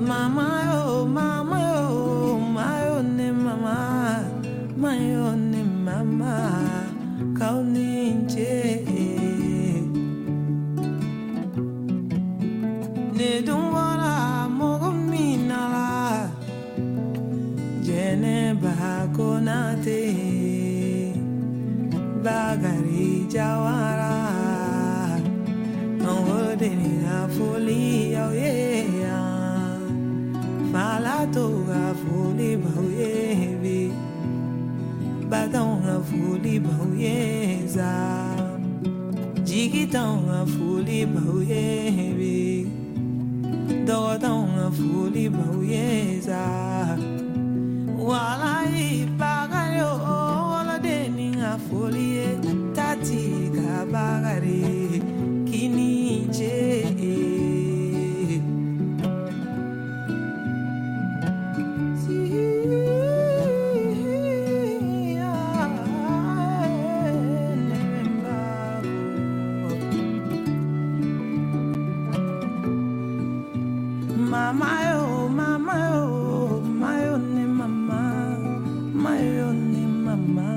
Bagari Jawara, Ngodeni Afuli, oh yeah, Falato Afuli, oh yeah, Badon Afuli, oh yeah, Jigiton Afuli, oh yeah, Dodon Afuli, oh yeah, Walai Bagayo. Folie tati kabagare kinije mama yo ne mama mayo ne mama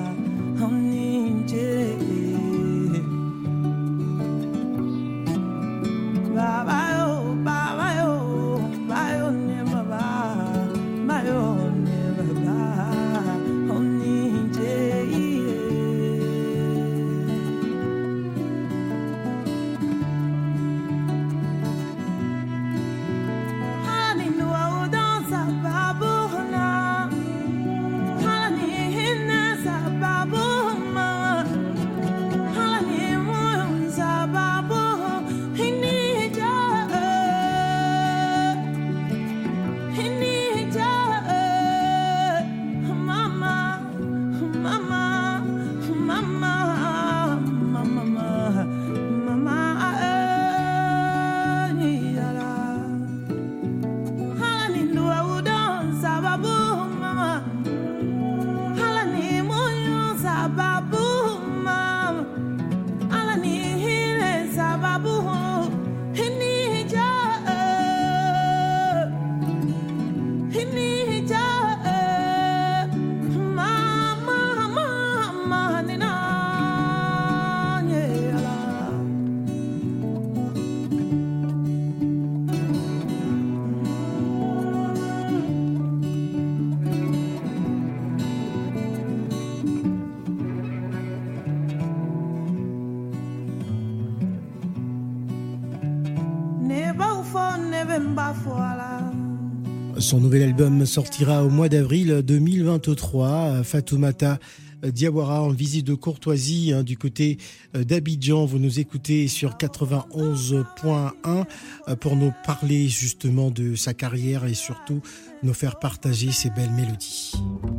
Son nouvel album sortira au mois d'avril 2023. Fatoumata Diawara en visite de courtoisie du côté d'Abidjan. Vous nous écoutez sur 91.1 pour nous parler justement de sa carrière et surtout nous faire partager ses belles mélodies.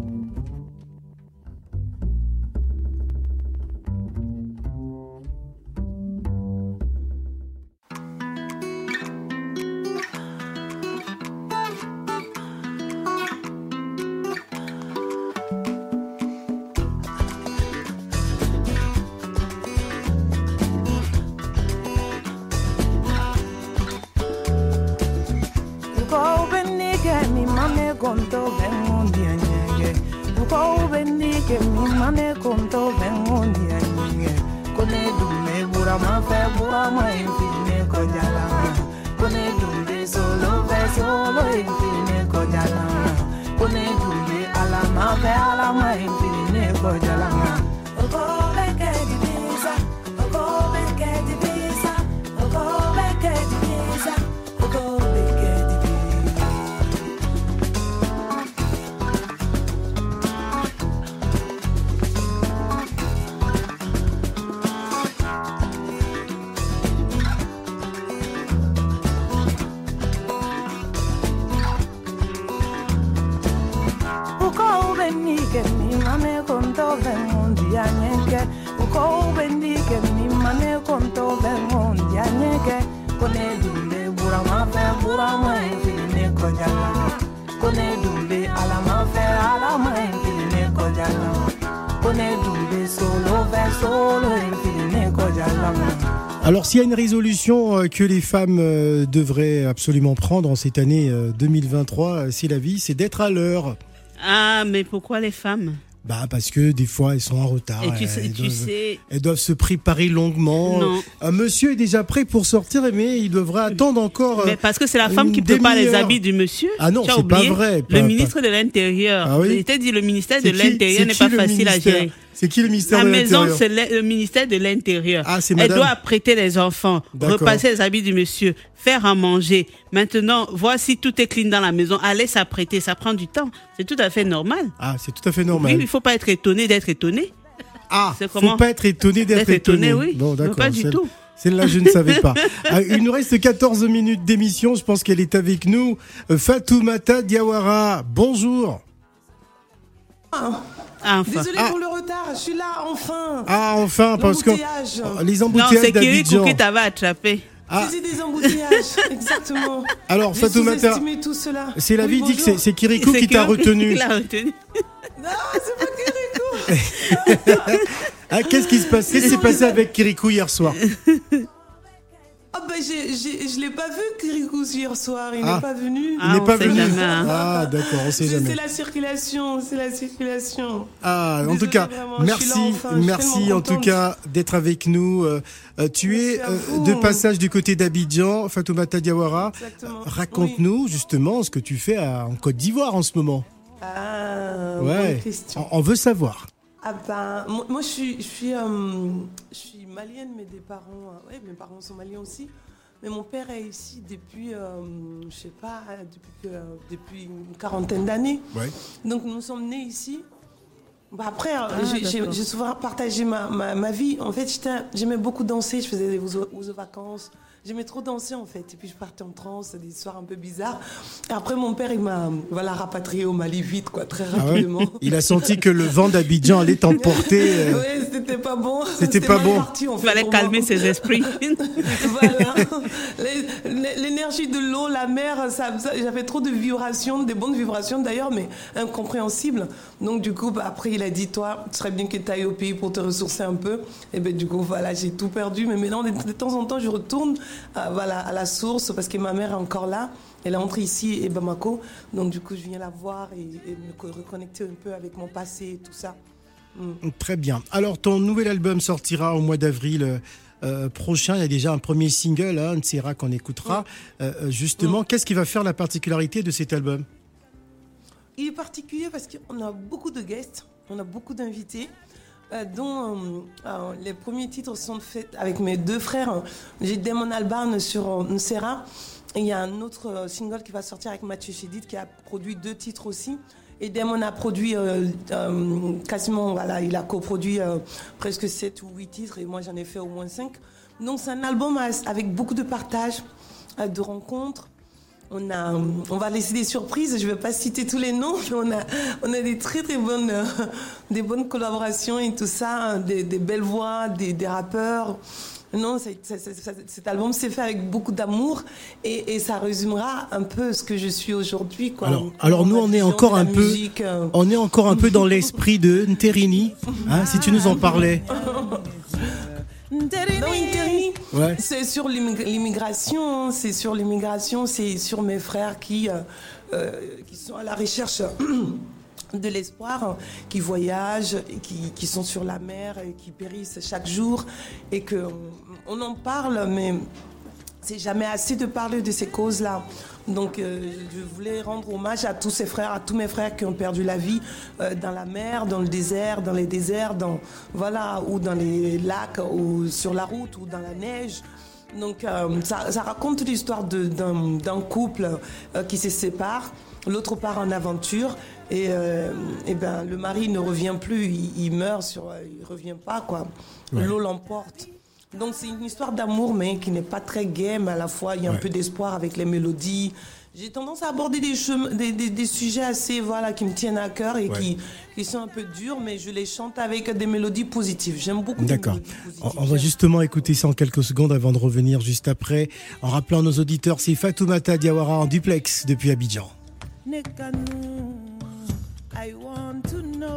Conto vengo un día ñegue, uko bendique mi mane conto vengo un día ñegue, kone dume burama infine kojalama, kone dume solo infine kojalama, kone dume alama infine kojalama. Uko beke di bisa, uko beke di bisa, uko beke di bisa, uko beke di bisa. Que mi mane conto vengo un día ñeque, uko bendique mi mane conto vengo un día ñeque, kone dumbe burama infine kojalama, kone dumbe alama infine kojalama, kone dumbe solo infine kojalama. Alors, s'il y a une résolution que les femmes devraient absolument prendre en cette année 2023, c'est la vie, c'est d'être à l'heure. Ah, mais pourquoi les femmes ? Parce que des fois, elles sont en retard. Et tu sais... Elles doivent se préparer longuement. Non. Un monsieur est déjà prêt pour sortir, mais il devra attendre encore. Mais parce que c'est la femme qui prépare les habits du monsieur. Ah non, c'est pas vrai. Le ministre de l'Intérieur. Ah oui? Je t'ai dit, le ministère de l'Intérieur n'est pas facile à gérer. C'est qui le ministère de l'Intérieur ? La maison, c'est le ministère de l'Intérieur. Ah, c'est madame. Elle doit apprêter les enfants, D'accord. repasser les habits du monsieur, faire à manger. Maintenant, voir si tout est clean dans la maison. Aller s'apprêter, ça prend du temps. C'est tout à fait normal. Ah, c'est tout à fait normal. Oui, il ne faut pas être étonné d'être étonné. Ah, il ne faut pas être étonné d'être étonné. Oui, bon, d'accord. pas du tout. Celle-là, je ne savais pas. Il nous reste 14 minutes d'émission. Je pense qu'elle est avec nous. Fatoumata Diawara, bonjour. Enfin. Désolée pour le retard, je suis là, enfin. Ah, enfin, parce que les Non, embouteillages c'est Kirikou d'Abidjan. qui t'avait attrapé. Ah. C'est des embouteillages, exactement. Alors, J'ai Fatoumata, sous-estimé tout cela. c'est la vie dit que bonjour. c'est Kirikou qui t'a retenu. Il a retenu. Non, c'est pas Kirikou. Ah, qu'est-ce qui se passe ? Qu'est-ce qui s'est passé avec Kirikou hier soir ? Ah je l'ai pas vu Kirikou hier soir, il n'est pas venu. Il n'est pas on sait venu. jamais, hein. Ah, d'accord, on sait jamais. C'est la circulation, c'est la circulation. Ah, en Désolée, tout cas, vraiment, je suis merci, là enfin, je suis merci tellement en tout contente. cas d'être avec nous. Tu Merci es à vous. de passage du côté d'Abidjan, Fatoumata Diawara. Exactement. Raconte-nous justement ce que tu fais en Côte d'Ivoire en ce moment. Ah, Ouais, bonne question. on veut savoir. Ah ben, moi je suis malienne, mais mes parents sont maliens aussi. Mais mon père est ici depuis, je sais pas, depuis une quarantaine d'années. Ouais. Donc nous sommes nés ici. Après, d'accord. j'ai souvent partagé ma vie. En fait, j'aimais beaucoup danser. Je faisais des vacances. J'aimais trop danser en fait. Et puis je partais en transe, des soirs un peu bizarres. Et après, mon père, il m'a rapatrié au Mali vite, quoi, très Ah ouais rapidement. Il a senti que le vent d'Abidjan allait t'emporter. Oui, c'était pas bon. C'était pas mal bon. parti, en Il fait, fallait pour calmer moi. ses esprits. Voilà. L'énergie de l'eau, la mer, j'avais trop de vibrations, des bonnes vibrations d'ailleurs, mais incompréhensibles. Donc du coup, après, il a dit, toi, ce serait bien que tu ailles au pays pour te ressourcer un peu. Et ben du coup, voilà, j'ai tout perdu. Mais maintenant, de temps en temps, je retourne à la source parce que ma mère est encore là. Elle est entrée ici, et Bamako. Donc du coup, je viens la voir et me reconnecter un peu avec mon passé et tout ça. Très bien. Alors, ton nouvel album sortira au mois d'avril prochain. Il y a déjà un premier single, Nsera, qu'on écoutera. Justement, qu'est-ce qui va faire la particularité de cet album ? Il est particulier parce qu'on a beaucoup de guests, on a beaucoup d'invités, dont les premiers titres sont faits avec mes deux frères. J'ai Damon Albarn sur Nsera. Et il y a un autre single qui va sortir avec Mathieu Chédid qui a produit 2 titres aussi. Et Damon a produit quasiment, il a coproduit presque 7 ou 8 titres et moi j'en ai fait au moins 5. Donc c'est un album avec beaucoup de partage, de rencontres. On va laisser des surprises, je ne vais pas citer tous les noms, mais on a des très très bonnes, des bonnes collaborations et tout ça, des belles voix, des rappeurs. Non, cet album s'est fait avec beaucoup d'amour et ça résumera un peu ce que je suis aujourd'hui, quoi. Alors nous, on est encore un peu dans l'esprit de Nterini, si tu nous en parlais. Non, Nterini, Ouais. c'est sur l'immigration, c'est sur mes frères qui sont à la recherche de l'espoir, qui voyagent, et qui sont sur la mer et qui périssent chaque jour et qu'on en parle, mais c'est jamais assez de parler de ces causes-là. Donc je voulais rendre hommage à tous mes frères qui ont perdu la vie dans la mer, dans le désert, dans les déserts, ou dans les lacs, ou sur la route, ou dans la neige. Donc ça raconte l'histoire d'un couple qui se sépare, l'autre part en aventure et le mari ne revient plus, il meurt, il revient pas, quoi. Ouais. L'eau l'emporte. Donc c'est une histoire d'amour, mais qui n'est pas très gaie, mais à la fois il y a un peu d'espoir avec les mélodies. J'ai tendance à aborder des sujets assez, qui me tiennent à cœur et qui sont un peu durs, mais je les chante avec des mélodies positives. J'aime beaucoup les mélodies positives. On va justement écouter ça en quelques secondes avant de revenir juste après. En rappelant nos auditeurs, c'est Fatoumata Diawara en duplex depuis Abidjan. I want to know.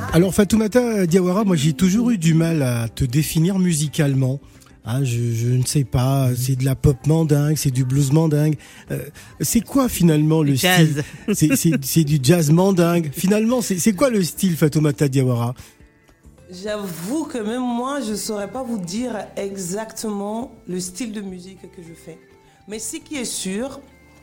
Alors Fatoumata Diawara, moi j'ai toujours eu du mal à te définir musicalement. Je ne sais pas, c'est de la pop mandingue, c'est du blues mandingue. C'est quoi finalement le jazz. style? C'est du jazz mandingue. Finalement, c'est quoi le style Fatoumata Diawara? J'avoue que même moi, je ne saurais pas vous dire exactement le style de musique que je fais. Mais ce qui est sûr,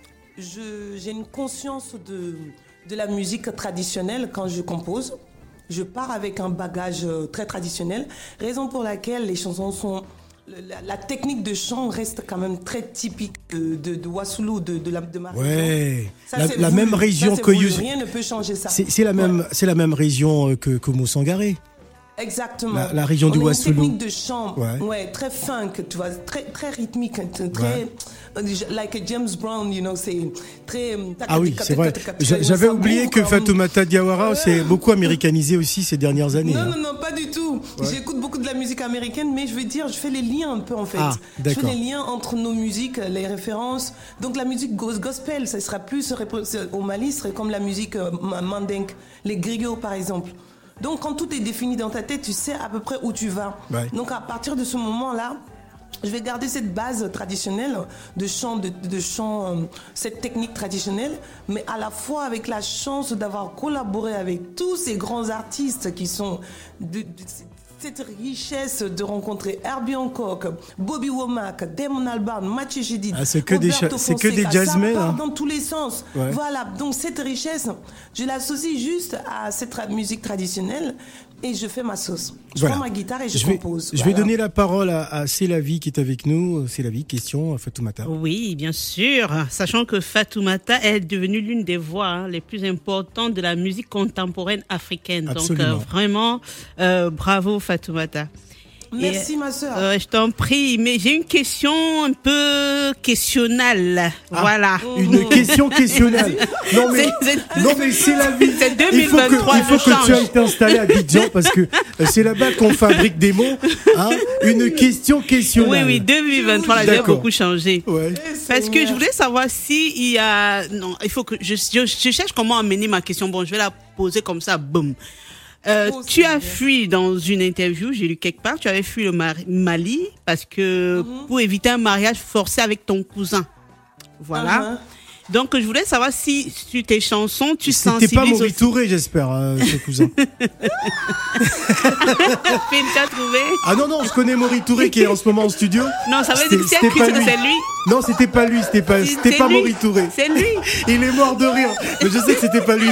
j'ai une conscience de la musique traditionnelle quand je compose. Je pars avec un bagage très traditionnel, raison pour laquelle les chansons sont... La technique de chant reste quand même très typique de Wassoulou, de ma région. Ouais, Ça, la même région que rien ne peut changer ça. C'est la même région que Moussangaré. Exactement. La région du Wassoulou. Une technique de chant, très funk, tu vois, très rythmique, très like James Brown, c'est très. Ah oui, c'est vrai. J'avais oublié que Fatoumata Diawara s'est beaucoup américanisé aussi ces dernières années. Non, pas du tout. Ouais. J'écoute beaucoup de la musique américaine, mais je veux dire, je fais les liens un peu en fait. Je fais les liens entre nos musiques, les références. Donc la musique gospel, ça sera plus au Mali, serait comme la musique mandingue, les griots par exemple. Donc, quand tout est défini dans ta tête, tu sais à peu près où tu vas. Ouais. Donc, à partir de ce moment-là, je vais garder cette base traditionnelle de chant, cette technique traditionnelle, mais à la fois avec la chance d'avoir collaboré avec tous ces grands artistes qui sont cette richesse de rencontrer Herbie Hancock, Bobby Womack, Damon Albarn, Mathieu Chédid, c'est que des jazzmen. Ça part dans tous les sens. Ouais. Voilà, donc cette richesse, je l'associe juste à cette musique traditionnelle et je fais ma sauce. Je prends ma guitare et je compose. Je vais donner la parole à Célavie qui est avec nous. Célavie, question à Fatoumata. Oui, bien sûr. Sachant que Fatoumata est devenue l'une des voix les plus importantes de la musique contemporaine africaine. Absolument. Donc vraiment, bravo Fatoumata. Merci ma sœur. Je t'en prie, mais j'ai une question un peu questionnelle. Voilà. Une question questionnelle. Non mais c'est la vie. C'est 2023. Il faut que tu ailles t'installer à Abidjan parce que c'est là-bas qu'on fabrique des mots. Une question questionnelle. Oui, 2023, la vie a beaucoup changé. Ouais. Parce que je voulais savoir si il y a... Non, il faut que je cherche comment amener ma question. Bon, je vais la poser comme ça, boum. Tu as fui dans une interview, j'ai lu quelque part, tu avais fui le Mali parce que pour éviter un mariage forcé avec ton cousin. Voilà. Donc je voulais savoir si sur tes chansons tu sensibilises. C'était pas Maurice Touré, j'espère, ce cousin. Phil, t'as trouvé? Ah non, je connais Maurice Touré qui est en ce moment en studio. Non, ça veut dire que c'est lui. Non, c'était pas lui, c'était pas Maurice Touré. C'est lui. Il est mort de rire, mais je sais que c'était pas lui.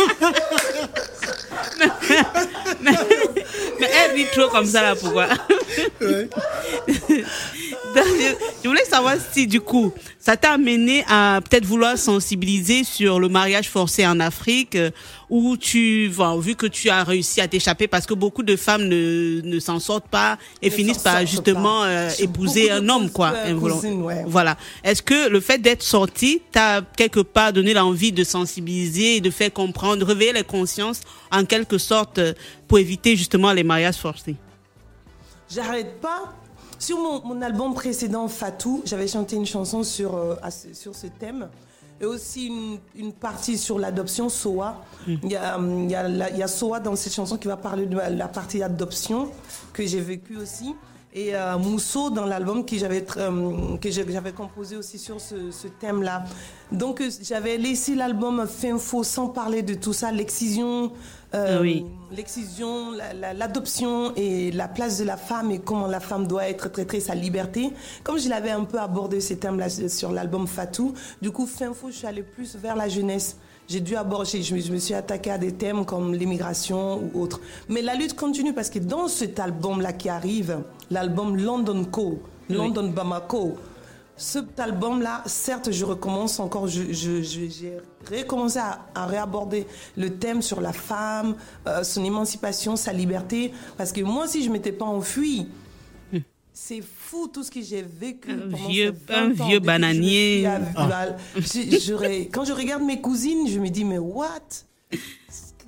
mais elle dit trop comme ça là, pourquoi? Ouais. Donc, je voulais savoir si du coup ça t'a amené à peut-être vouloir sensibiliser sur le mariage forcé en Afrique, où vu que tu as réussi à t'échapper parce que beaucoup de femmes ne s'en sortent pas et finissent par justement épouser un homme Voilà. Est-ce que le fait d'être sortie t'a quelque part donné l'envie de sensibiliser et de faire comprendre, de réveiller les consciences en quelque sorte pour éviter justement les mariages forcés? J'arrête pas. Sur mon album précédent, Fatou, j'avais chanté une chanson sur ce thème. Et aussi une partie sur l'adoption, Soa. Il y a Soa dans cette chanson qui va parler de la partie adoption que j'ai vécue aussi. Et Mousso dans l'album que j'avais composé aussi sur ce thème-là. Donc j'avais laissé l'album Finfo sans parler de tout ça, l'excision, l'adoption et la place de la femme et comment la femme doit être traitée, sa liberté. Comme je l'avais un peu abordé ces thèmes-là sur l'album Fatou, du coup Finfo, je suis allée plus vers la jeunesse. J'ai dû aborder, je me suis attaquée à des thèmes comme l'immigration ou autres. Mais la lutte continue parce que dans cet album-là qui arrive, l'album London Bamako, cet album-là, certes, je recommence encore, j'ai recommencé à réaborder le thème sur la femme, son émancipation, sa liberté. Parce que moi, si je ne m'étais pas enfuie, c'est fou tout ce que j'ai vécu. Un vieux bananier. Quand je regarde mes cousines, je me dis, mais what?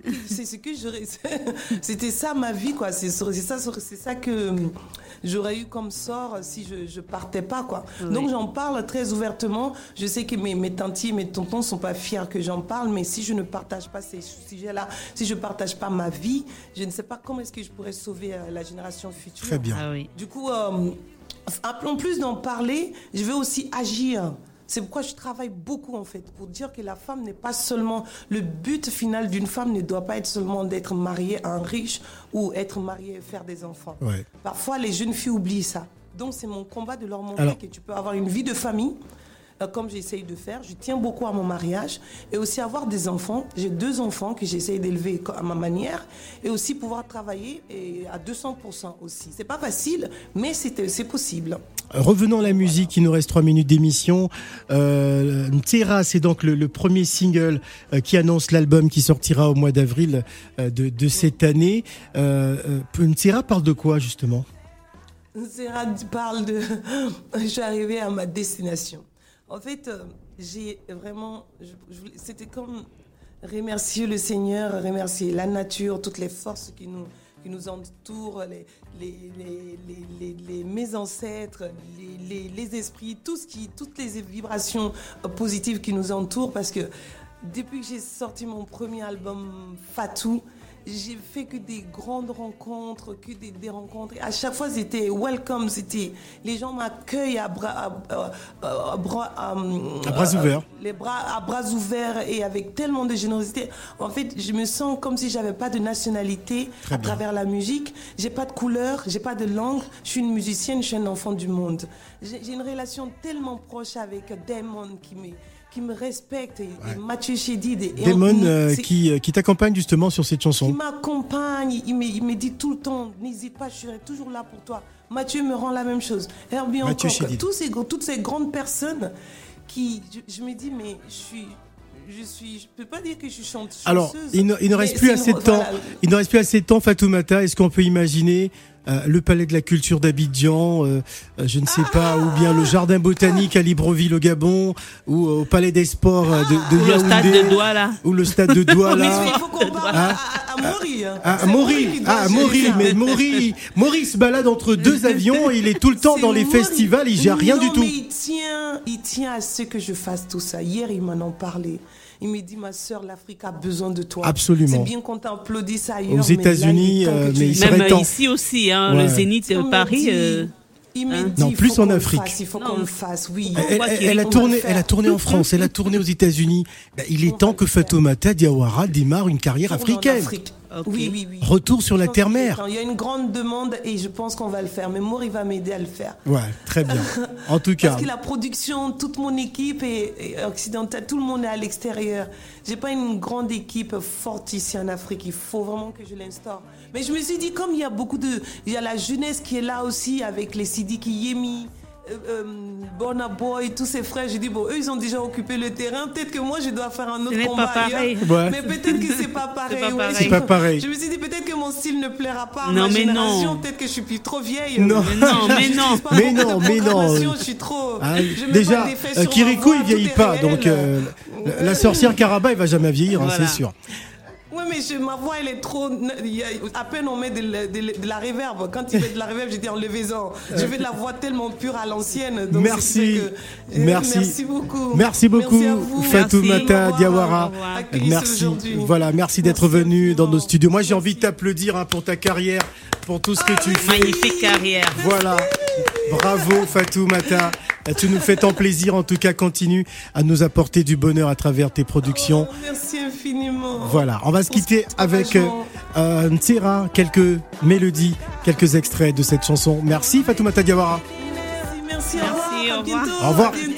c'est ce que j'aurais. C'était ça ma vie, quoi. C'est ça que j'aurais eu comme sort si je partais pas, quoi. Oui. Donc j'en parle très ouvertement. Je sais que mes tantis et mes tontons sont pas fiers que j'en parle, mais si je ne partage pas ces sujets-là, si je partage pas ma vie, je ne sais pas comment est-ce que je pourrais sauver la génération future. Très bien. Ah oui. Du coup, en plus d'en parler, je veux aussi agir. C'est pourquoi je travaille beaucoup, en fait, pour dire que la femme n'est pas seulement... Le but final d'une femme ne doit pas être seulement d'être mariée à un riche ou être mariée et faire des enfants. Ouais. Parfois, les jeunes filles oublient ça. Donc, c'est mon combat de leur montrer que tu peux avoir une vie de famille, comme j'essaye de faire. Je tiens beaucoup à mon mariage et aussi avoir des enfants. J'ai 2 enfants que j'essaye d'élever à ma manière et aussi pouvoir travailler à 200% aussi. C'est pas facile, mais c'est possible. Revenons à la musique, il nous reste 3 minutes d'émission. Ntera, c'est donc le premier single qui annonce l'album qui sortira au mois d'avril de cette année. Ntera parle de quoi, justement? Ntera parle de... Je suis arrivée à ma destination. En fait, j'ai vraiment... C'était comme remercier le Seigneur, remercier la nature, toutes les forces qui nous entourent, mes ancêtres, les esprits, toutes les vibrations positives qui nous entourent. Parce que depuis que j'ai sorti mon premier album, Fatou, j'ai fait que des grandes rencontres, que des rencontres. Et à chaque fois, c'était welcome. Les gens m'accueillent à bras ouverts. À bras ouverts et avec tellement de générosité. En fait, je me sens comme si j'avais pas de nationalité à travers la musique. J'ai pas de couleur, j'ai pas de langue. Je suis une musicienne, je suis un enfant du monde. J'ai une relation tellement proche avec Damon qui me respecte, et Mathieu Chédid. Damon qui t'accompagne justement sur cette chanson. Qui m'accompagne, il me dit tout le temps, n'hésite pas, je serai toujours là pour toi. Mathieu me rend la même chose. Herbie encore. Toutes ces grandes personnes qui, je me dis, mais je peux pas dire que je suis chanteuse. Alors, il ne reste plus assez de temps. Il ne reste plus assez de temps, Fatoumata. Est-ce qu'on peut imaginer le Palais de la Culture d'Abidjan, je ne sais pas, ou bien le Jardin Botanique à Libreville au Gabon, ou au Palais des Sports de Yaoundé, le stade de Douala, ou le stade de Douala. Mais il faut qu'on parle à Maury. Mais Maury se balade entre 2 avions, et il est tout le temps dans les festivals, il gère rien du tout. Mais il tient à ce que je fasse tout ça. Hier, il m'en a parlé. Il me dit, ma sœur, l'Afrique a besoin de toi. Absolument. C'est bien qu'on t'applaudisse ça ailleurs. Aux États-Unis, mais il serait même temps. ici aussi, le Zénith de Paris. Il me dit, non, plus en Afrique. Il faut qu'on le fasse, oui. Elle a tourné en France, elle a tourné aux États-Unis. Il est temps que Fatoumata Diawara démarre une carrière africaine. Okay. Oui. Retour sur la terre-mère. Il y a une grande demande et je pense qu'on va le faire. Mais Maury va m'aider à le faire. Ouais, très bien. En tout cas. Parce que la production, toute mon équipe est occidentale, tout le monde est à l'extérieur. J'ai pas une grande équipe forte ici en Afrique. Il faut vraiment que je l'instaure. Mais je me suis dit, comme il y a la jeunesse qui est là aussi avec les Sidiki Yemi, Burna Boy, tous ses frères, j'ai dit bon, eux ils ont déjà occupé le terrain, peut-être que moi je dois faire un autre combat ailleurs. Ouais. Mais peut-être que c'est pas pareil. C'est pas pareil. Je me suis dit peut-être que mon style ne plaira pas à non, ma mais génération, non. peut-être que je suis plus trop vieille. Non, mais non. Je suis trop. Déjà, Kirikou il vieillit pas, donc la sorcière Karaba elle va jamais vieillir, voilà. C'est sûr. Oui, mais ma voix, elle est trop... À peine on met de la reverb. Quand il met de la reverb, j'ai dit enlevez-en. Je veux de la voix tellement pure à l'ancienne. Donc merci beaucoup. Merci Fatoumata Diawara. Merci d'être venu dans nos studios. Moi, j'ai envie de t'applaudir pour ta carrière, pour tout ce que tu fais. Magnifique carrière. Voilà. Bravo, Fatoumata. Tu nous fais tant plaisir, en tout cas, continue à nous apporter du bonheur à travers tes productions. Merci infiniment. Voilà, on va se quitter avec Ntera, quelques mélodies, quelques extraits de cette chanson. Merci Fatoumata Diawara. Merci, au revoir. À bientôt. Au revoir. À bientôt.